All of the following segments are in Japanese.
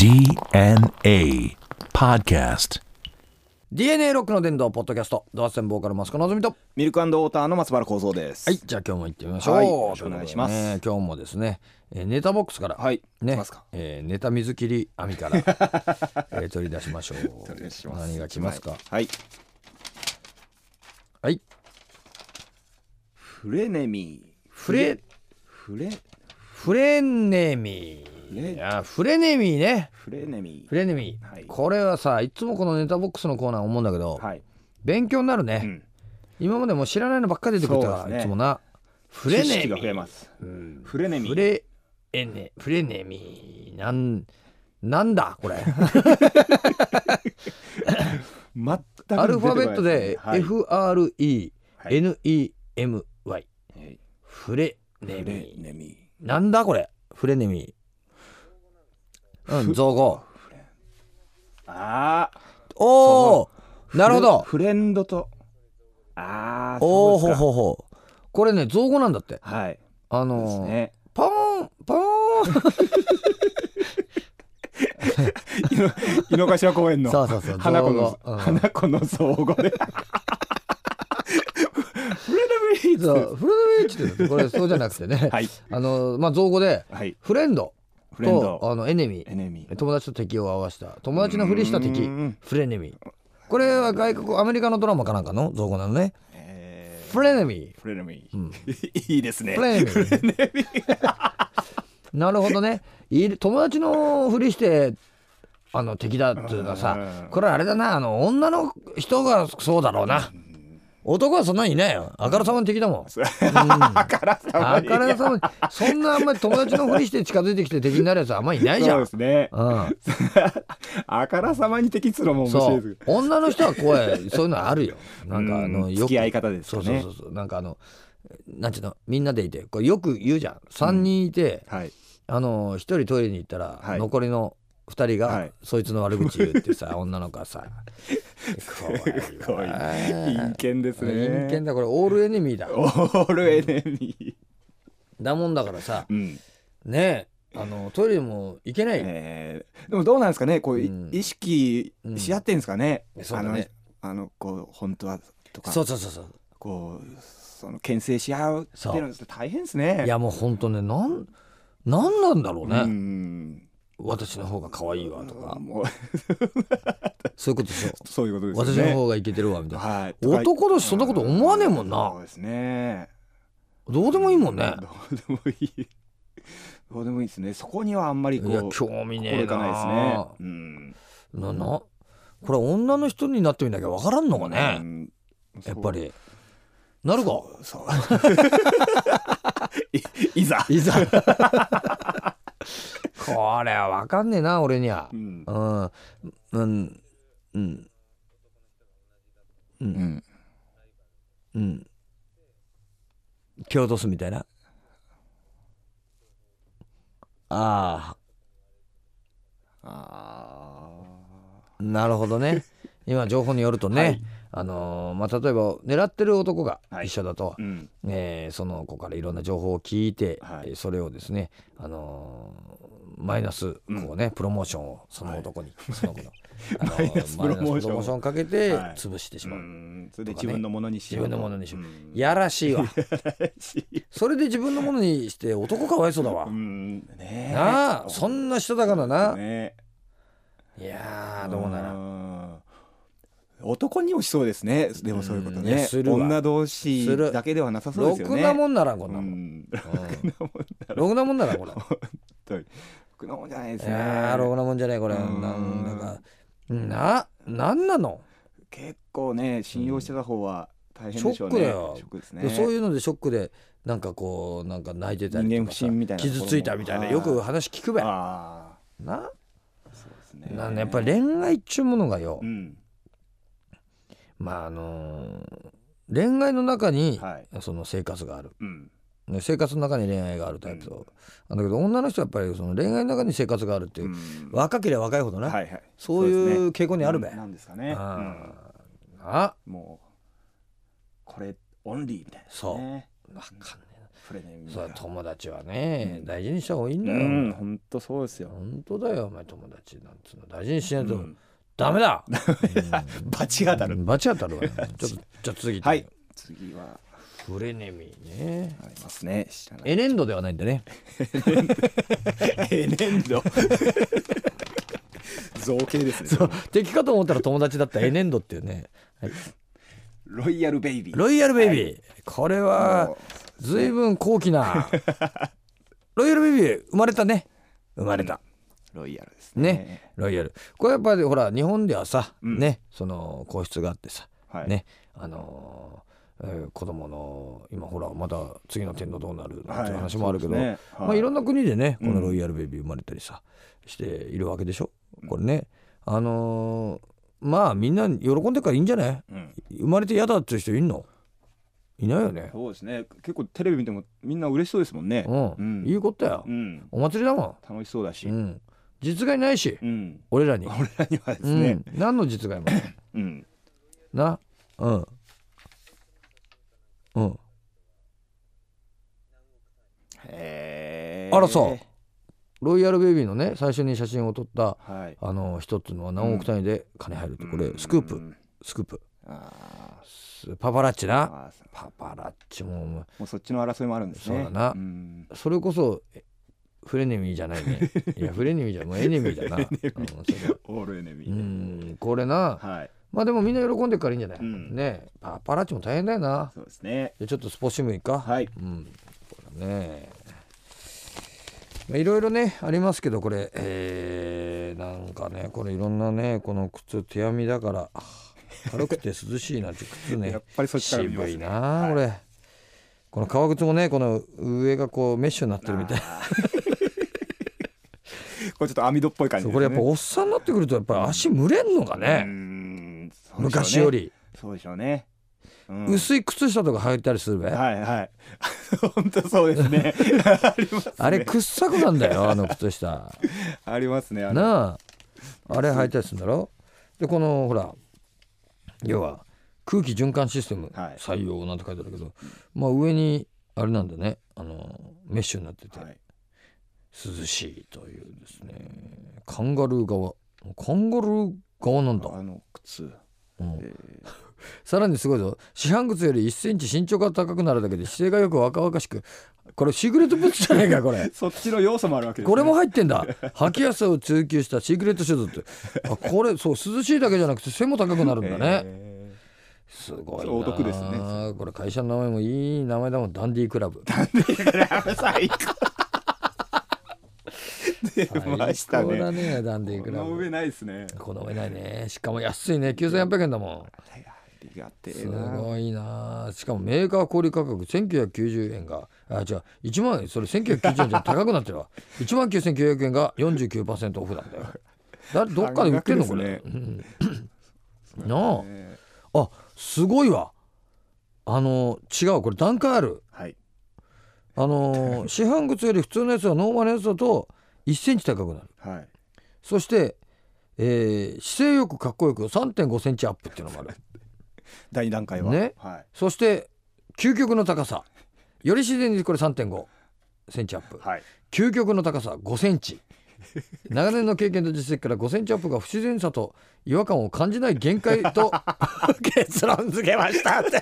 DNA Podcast. DNA ロックの伝道ポッドキャスト、ドアステンボーカルマスコのぞみと、 ミルク&ウォーターの松原幸三です。 はい、じゃあ今日も行ってみましょう。 はい、よろしくお願いします。 今日もですね、ネタボックスから、 はい、 ね、 ますかネタ水切り網から、取り出しましょう。 取り出します。 何が来ますか。 はい。 はい。 フレネミー。 フレネミー。いや、フレネミーね。 フレネミー。 フレネミー、 はい、 これはさ、いつもこのネタボックスのコーナー思うんだけど、 はい、 勉強になるね、今までも知らないのばっかり出てくるから、ね、いつもな。フレネミー。 知識が増えます。フレネミー。 フレネミー。なんだこれ。 全くアルファベットで FRENEMY、はい、フレネミー。なんだこれ。フレネミー。造語。おお、なるほど。 フレンドと。 おお、ほほほ。これね、造語なんだって。 はい。 ポーン井の頭公園のそう花子の造語で。フレネミーってこれそうじゃなくてね、 はい、 造語で、はい、フレンドとエネミー、友達と敵を合わせた、友達のふりした敵、フレネミー。これはアメリカのドラマかなんかの造語なのね。フレネミー、いいですね。 フレネミーなるほどね。友達のふりして敵だっていうのはさ、これあれだな、女の人がそうだろうな。男はそんなにいないよ。あからさまに敵だもん。あからさまに。そんなあんまり友達のふりして近づいてきて敵になるやつあんまりいないじゃん。 そうですね。あからさまに敵っつうのも面白いです。 女の人は怖い。そういうのあるよ。なんか付き合い方ですかね。 そう。なんかなんていうの、みんなでいて、これよく言うじゃん。3人いて、1人トイレに行ったら、残りの2人がそいつの悪口言うってさ、女の子はさ、 怖い陰険ですね。 陰険だ。これオールエネミーだ。 オールエネミーだもんだからさ、ねえ、トイレも行けない。 でもどうなんですかね、こう意識し合ってんですかね。 そうだね。 こう本当はとか、 そうこう牽制し合うっていうのは大変ですね。 いやもう本当ね、なんなんだろうね。私の方が可愛いわとか、そういうことでしょ。 そういうことですね。 私の方がイケてるわみたいな。男だしそんなこと思わねえもんな。 そうですね。 どうでもいいもんね。 どうでもいいですね。そこにはあんまり興味ねえな。 ないですね。 これ女の人になってみなきゃ分からんのかね。やっぱりなるか。 いざこれは分かんねえな、俺には。蹴落とすみたいな。なるほどね。今情報によるとね、例えば狙ってる男が一緒だと、その子からいろんな情報を聞いて、それをですね、マイナスこうね、プロモーションをその男に、その子のマイナスプロモーションかけて潰してしまう。 それで自分のものにしよう。 やらしいわ。それで自分のものにして男かわいそうだわ。なあ、そんな人だからな。いやー、どうなら男にもしそうですね。でもそういうことね、女同士だけではなさそうですよね。 ろくなもんならこんなもん。ろくなもんならこれ。ろくなもんじゃないですね。 ろくなもんじゃないこれ。なんなの。 結構ね、信用してた方は大変でしょうね。 ショックですね。そういうのでショックでなんか泣いてたりとかさ、傷ついたみたいなよく話聞くべ。な。やっぱり恋愛っちゅうものがよ、恋愛の中にその生活がある、生活の中に恋愛があるタイプと、だけど女の人はやっぱりその恋愛の中に生活があるっていう、若ければ若いほどね、そういう傾向にあるべ。 なんですかね。もうこれオンリーみたいな。 そう、分かんねえ。 フレネミそう友達はね、大事にした方がいいんだよ。 本当そうですよ。 本当だよお前、友達なんつうの大事にしないとダメだ。 罰当たる。 罰当たるわ。ちょっとじゃあ次。 はい。次はフレネミね。 ありますね。 エネンドではないんだね。 エネンド。造形ですね。 そう敵かと思ったら友達だったエネンドっていうね。はい、 ロイヤルベイビー。 ロイヤルベイビー、はい、これは随分高貴なロイヤルベイビー生まれたね。生まれた。 ロイヤルですね。 ロイヤル。これやっぱりほら日本ではさ、ね、その皇室があってさ、ね、子供の今ほらまた次の天皇どうなるなんていう話もあるけど、まあいろんな国でねこのロイヤルベイビー生まれたりさしているわけでしょ。これね、まあみんな喜んでからいいんじゃない？生まれて嫌だっていう人いんの？いないよね。 そうですね。結構テレビ見てもみんな嬉しそうですもんね。 いいことや。お祭りだもん。 楽しそうだし。 実害ないし、俺らにはですね。 何の実害もな。あらさ、ロイヤルベイビーのね最初に写真を撮った一つのは何億単位で金入るって、これスクープパパラッチな。パパラッチもうそっちの争いもあるんですね。 そうだな。それこそフレネミーじゃないね。いやフレネミーじゃもうエネミーだな。 オールエネミー。 これな。まあでもみんな喜んでからいいんじゃないね。パパラッチも大変だよな。 そうですね。 ちょっとスポーツ新聞いいか。 はい。 これねいろいろねありますけど、これなんかねこれいろんなねこの靴手編みだから軽くて涼しいなって靴ね。 やっぱりそっちから見ますね。 渋いなこれ。この革靴もねこの上がこうメッシュになってるみたいな。 これちょっと網戸っぽい感じですね。 これやっぱおっさんになってくるとやっぱり足蒸れんのかね。昔より。 そうでしょうね。 薄い靴下とか履いたりするべ。 本当そうですね。 あれくっさくなんだよあの靴下。 ありますね。 なあれ履いたりするんだろ。でこのほら要は空気循環システム採用なんて書いてあるけど、まあ上にあれなんだねメッシュになってて涼しいというですね。カンガルー革なんだ靴。 さらにすごいぞ。市販靴より1センチ身長が高くなるだけで姿勢がよく若々しく。これシークレットブーツじゃないかこれ。 そっちの要素もあるわけですね。 これも入ってんだ。履きやすさを追求したシークレットシューズって。これそう涼しいだけじゃなくて背も高くなるんだね。すごいな。 お得ですね。 これ会社の名前もいい名前だもん。ダンディークラブ。 ダンディークラブ最高。出ましたね。 最高だねダンディークラブ。 この上ないですね。 この上ないね。しかも安いね。9400円だもん。すごいな。しかもメーカー小売価格1990円が違う1万それ1990円じゃ高くなってるわ。19,900円が 49% オフなんだよ。どっかで売ってんのこれ。なあすごいわ。違うこれ段階ある。市販靴より普通のやつはノーマルのやつだと1センチ高くなる。そして姿勢よくかっこよく 3.5 センチアップっていうのもある。 第2段階はね。そして究極の高さより自然にこれ 3.5 センチアップ、究極の高さ5センチ。長年の経験と実績から5センチアップが不自然さと違和感を感じない限界と結論付けましたって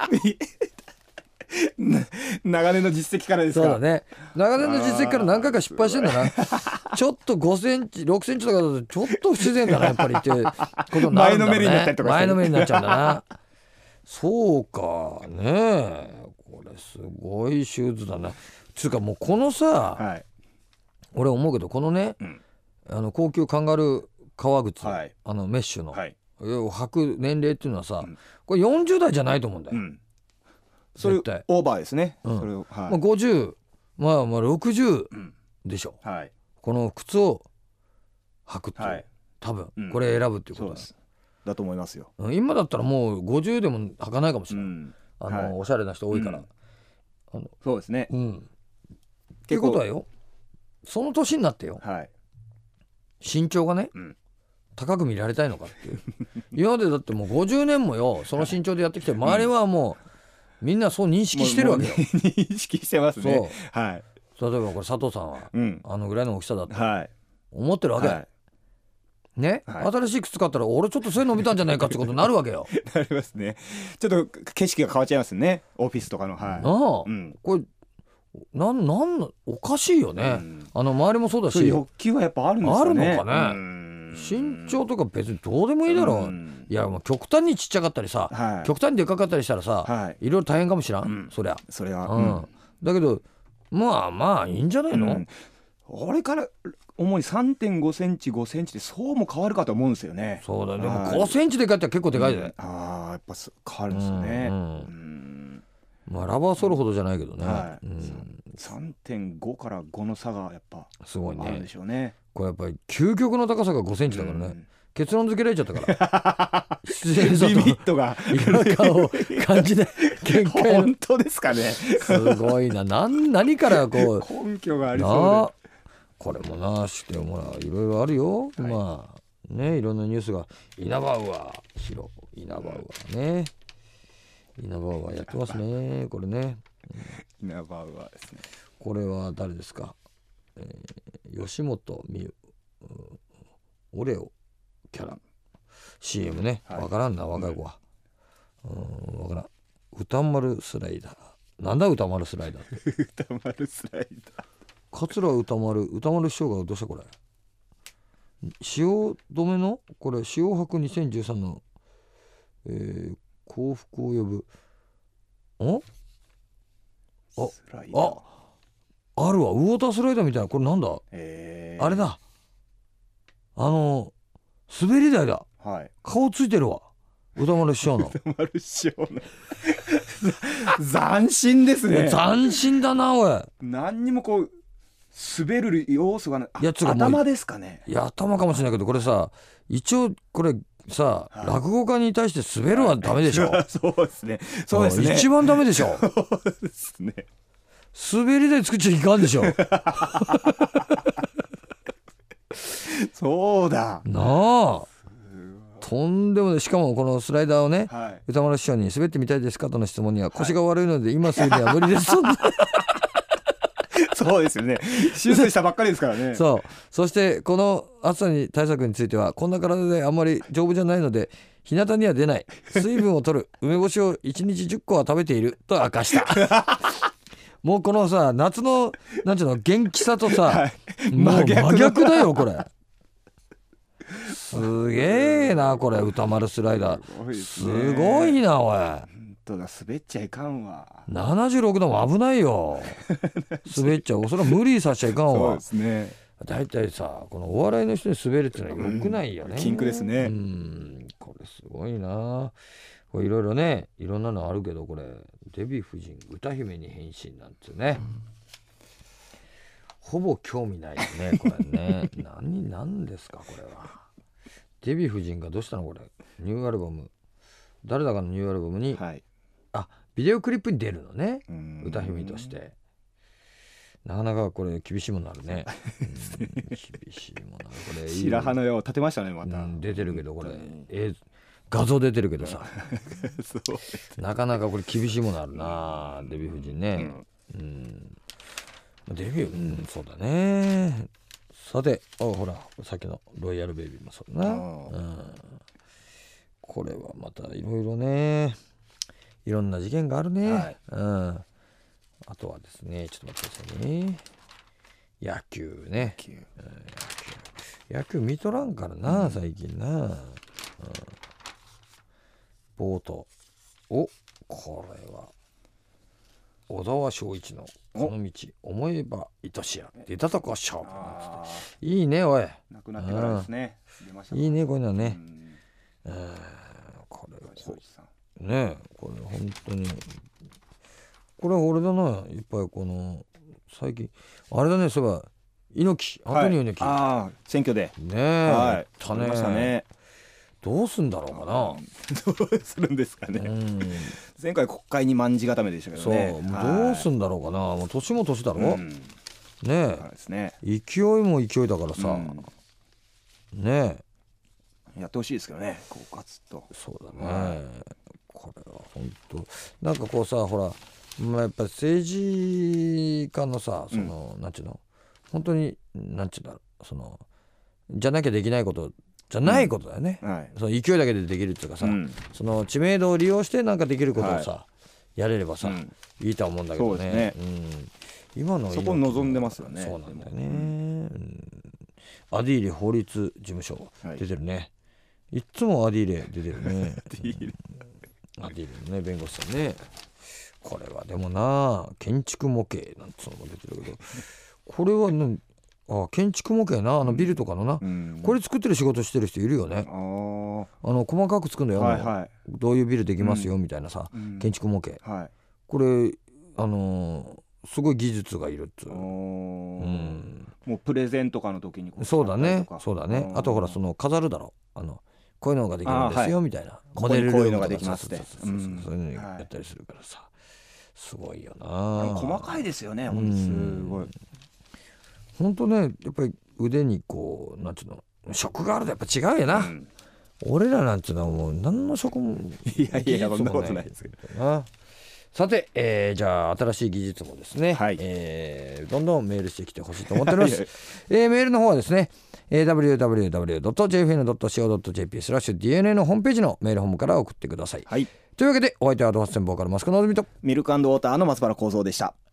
長年の実績からですか。 そうだね。長年の実績から何回か失敗してんだな。ちょっと5センチ6センチとかだとちょっと不自然だなやっぱりっていうことになるんだろうね。前のめりになったりとかして。前のめりになっちゃうんだな。そうかね。これすごいシューズだな。つうかもうこのさ、俺思うけどこのね、高級カンガルー革靴、メッシュの、履く年齢っていうのはさ、これ40代じゃないと思うんだよ。 それオーバーですね。それを 50まあ60でしょ。この靴を履くって多分これ選ぶっていうことだと思いますよ。 今だったらもう50でも履かないかもしれない。おしゃれな人多いから。 そうですね。 っていうことはよ、その年になってよ、身長がね高く見られたいのかっていう。今までだってもう50年もよその身長でやってきて、周りはもうみんなそう認識してるわけよ。 認識してますね。はい。 例えばこれ佐藤さんは、あのぐらいの大きさだって思ってるわけ、ね、新しい靴買ったら俺ちょっと背伸びたんじゃないかってことになるわけよ。 なりますね。ちょっと景色が変わっちゃいますね、オフィスとかの。 これなんおかしいよね、周りもそうだし欲求はやっぱあるんですかね。 あるのかね。身長とか別にどうでもいいだろう。いやもう極端にちっちゃかったりさ、極端にでかかったりしたらさ、いろいろ大変かもしらん、そりゃだけどまあいいんじゃないの。 俺から主に 3.5 センチ5センチでそうも変わるかと思うんですよね。 そうだね。でも5センチでかいって結構でかいで、 やっぱ変わるんですよね。 ラバーソルほどじゃないけどね、 3.5 から5の差がやっぱすごいね。 あるでしょうね。 これやっぱり究極の高さが5センチだからね、結論付けられちゃったから出演者とリミットが違和感を感じで限界本当ですかね。 すごいな。何からこう根拠がありそうで、 これもなしてもいろいろあるよ、まあね、いろんなニュースがイナバウアー広イナバウアーね、イナバウアーやってますね。これね、 イナバウアーですね。 これは誰ですか、吉本美優オレオキャラ CM ね、わからんな若い子は、わからん。歌丸スライダーなんだ歌丸スライダーって歌丸スライダー桂歌丸師匠がどうしたこれ、潮止めのこれ潮白2013の、幸福を呼ぶあるわ、ウォータースライダーみたいな。これなんだ、あれだ、滑り台だ、顔ついてるわ、歌丸師匠の歌丸師匠の斬新ですね。 斬新だなおい。 何にもこう滑る要素がない。頭ですかね。 いや頭かもしれないけど、これさ一応これさ、落語家に対して滑るはダメでしょ。 そうですね。そうですね。 一番ダメでしょ。 そうですね。 滑り台作っちゃいかんでしょ。 そうだなあ、とんでもない。しかもこのスライダーをね、歌丸師匠に滑ってみたいですかとの質問には、腰が悪いので今すぐには無理ですそうですよね。手術したばっかりですからね。 そしてこの暑さに対策については、こんな体であんまり丈夫じゃないので日向には出ない、水分を取る、梅干しを1日10個は食べていると明かしたもうこのさ夏のなんちゅうの元気さとさ、もう真逆だよこれ。すげえなこれ、歌丸スライダーすごいなおい。 本当だ、滑っちゃいかんわ。 76度も危ないよ滑っちゃう、それは無理させちゃいかんわ。 そうですね。 だいたいさこのお笑いの人に滑るっていうのはよくないよね。 禁句ですね。 これすごいな。これいろいろね、いろんなのあるけど、これデヴィ夫人歌姫に変身なんてね、ほぼ興味ないよねこれね何ですかこれは。デヴィ夫人がどうしたのこれ、ニューアルバム、誰だかのニューアルバムに、ビデオクリップに出るのね、歌姫として。なかなかこれ厳しいものあるね厳しいものあるこれ。 白羽の矢を立てましたねまた。 出てるけどこれ画像出てるけどさなかなかこれ厳しいものあるなデヴィ夫人ね。デビュー、そうだね。さてほらさっきのロイヤルベイビーもそうだな。これはまたいろいろね、いろんな事件があるね。あとはですね、ちょっと待ってくださいね。野球ね。野球見とらんからな、最近な。ボート。これは小沢昭一のこの道思えば愛しや出たとこ勝負なんつって。いいねおい。 亡くなってからですね。 いいねこういうのね。これはね、これ本当にこれは俺だな。いっぱいこの最近あれだね、そういえば猪木アントニオ猪木、 選挙でね食べましたね。 どうすんだろうかな。 どうするんですかね。前回国会に卍固めでしたけどね。 どうすんだろうかな。もう年も年だろ。ね勢いも勢いだからさ。ねやってほしいですけどね、こうガツッと。 そうだね。 これは本当なんかこうさほら、まあ、やっぱ政治家のさその、なんちゅうの本当になんちゅうんだろうそのじゃなきゃできないことじゃないことだよね、 はい、 その勢いだけでできるっていうかさ、その知名度を利用してなんかできることをさ、やれればさ、いいとは思うんだけどね。今のそこ望んでますよね。 そうなんだよね。アディーレ法律事務所出てるね。いつもアディーレ出てるね。アディーレのね弁護士さんね。これはでもな建築模型なんてのも出てるけど、これは建築模型なビルとかのな、これ作ってる仕事してる人いるよね。細かく作るんだよ、どういうビルできますよみたいなさ、建築模型、これすごい技術がいるっつう、 もうプレゼンとかの時にそうだねあとほらその飾るだろこういうのができるんですよみたいなモデルルームとかさそういうのやったりするからさすごいよな。 細かいですよね。すごい本当ねやっぱり腕にこうなんていうの職があるとやっぱ違うよな、俺らなんていうのはもう何の職もいやそんなことないですけどな。 さて、じゃあ新しい技術もですね、どんどんメールしてきてほしいと思っておりますメールの方はですね、www.jfn.co.jp/DNA のホームページのメールホームから送ってください、というわけでお相手はドハッセンボーカルマスクのぞみとミルク&ウォーターの松原幸三でした。